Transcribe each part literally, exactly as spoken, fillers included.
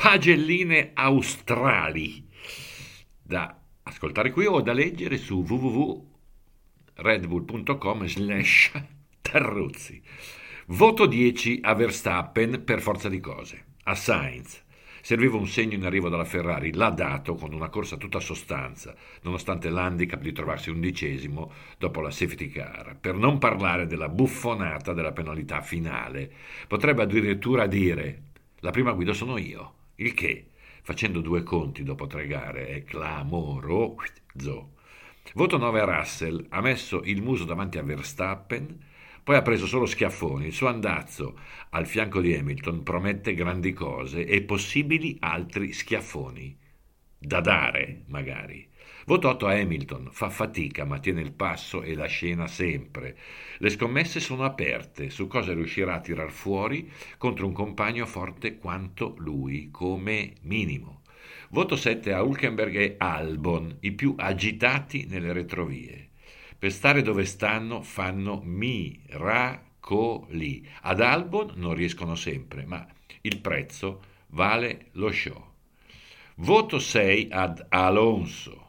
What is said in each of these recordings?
pagelline australi da ascoltare qui o da leggere su www.redbull.com slash Terruzzi. Voto dieci a Verstappen per forza di cose. A Sainz serviva un segno in arrivo dalla Ferrari, l'ha dato con una corsa tutta sostanza, nonostante l'handicap di trovarsi undicesimo dopo la safety car. Per non parlare della buffonata della penalità finale. Potrebbe addirittura dire: la prima guida sono io, il che, facendo due conti dopo tre gare, è clamoroso. Voto nove a Russell, ha messo il muso davanti a Verstappen, poi ha preso solo schiaffoni. Il suo andazzo al fianco di Hamilton promette grandi cose e possibili altri schiaffoni. Da dare, magari. Voto otto a Hamilton, fa fatica ma tiene il passo e la scena sempre. Le scommesse sono aperte su cosa riuscirà a tirar fuori contro un compagno forte quanto lui, come minimo. Voto sette a Hülkenberg e Albon, i più agitati nelle retrovie. Per stare dove stanno fanno miracoli. Ad Albon non riescono sempre, ma il prezzo vale lo show. Voto sei ad Alonso,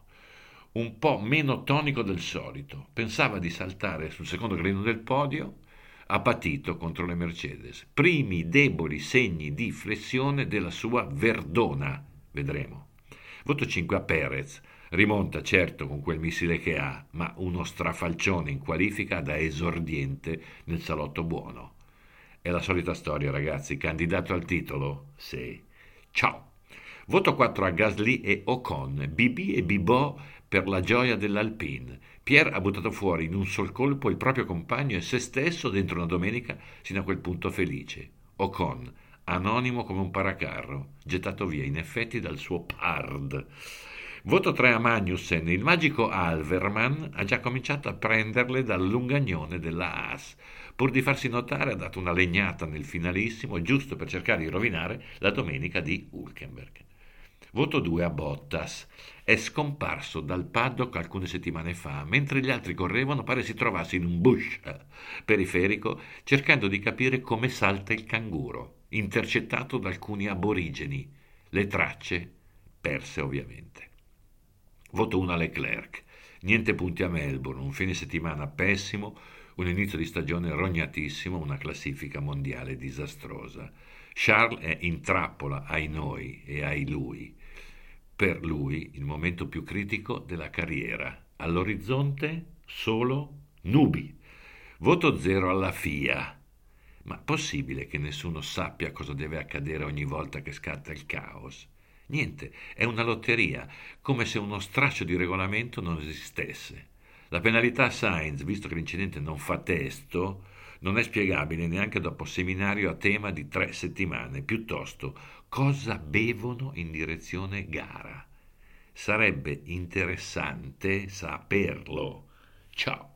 un po' meno tonico del solito. Pensava di saltare sul secondo gradino del podio, ha patito contro le Mercedes. Primi deboli segni di flessione della sua Verdona. Vedremo. Voto cinque a Perez. Rimonta certo con quel missile che ha, ma uno strafalcione in qualifica da esordiente nel salotto buono. È la solita storia, ragazzi. Candidato al titolo? Sì. Ciao. Voto quattro a Gasly e Ocon. Bibi e Bibò per la gioia dell'Alpine. Pierre ha buttato fuori in un sol colpo il proprio compagno e se stesso dentro una domenica sino a quel punto felice. Ocon, anonimo come un paracarro, gettato via in effetti dal suo pard. Voto tre a Magnussen, il magico Alverman ha già cominciato a prenderle dal lungagnone della Haas. Pur di farsi notare ha dato una legnata nel finalissimo, giusto per cercare di rovinare la domenica di Hülkenberg. Voto due a Bottas, è scomparso dal paddock alcune settimane fa, mentre gli altri correvano pare si trovasse in un bush periferico cercando di capire come salta il canguro, intercettato da alcuni aborigeni, le tracce perse ovviamente. Voto uno a Leclerc, niente punti a Melbourne, un fine settimana pessimo, un inizio di stagione rognatissimo, una classifica mondiale disastrosa. Charles è in trappola ai noi e ai lui. Per lui il momento più critico della carriera. All'orizzonte solo nubi. Voto zero alla F I A. Ma possibile che nessuno sappia cosa deve accadere ogni volta che scatta il caos? Niente, è una lotteria, come se uno straccio di regolamento non esistesse. La penalità a Sainz, visto che l'incidente non fa testo, non è spiegabile neanche dopo seminario a tema di tre settimane. Piuttosto, cosa bevono in direzione gara? Sarebbe interessante saperlo. Ciao.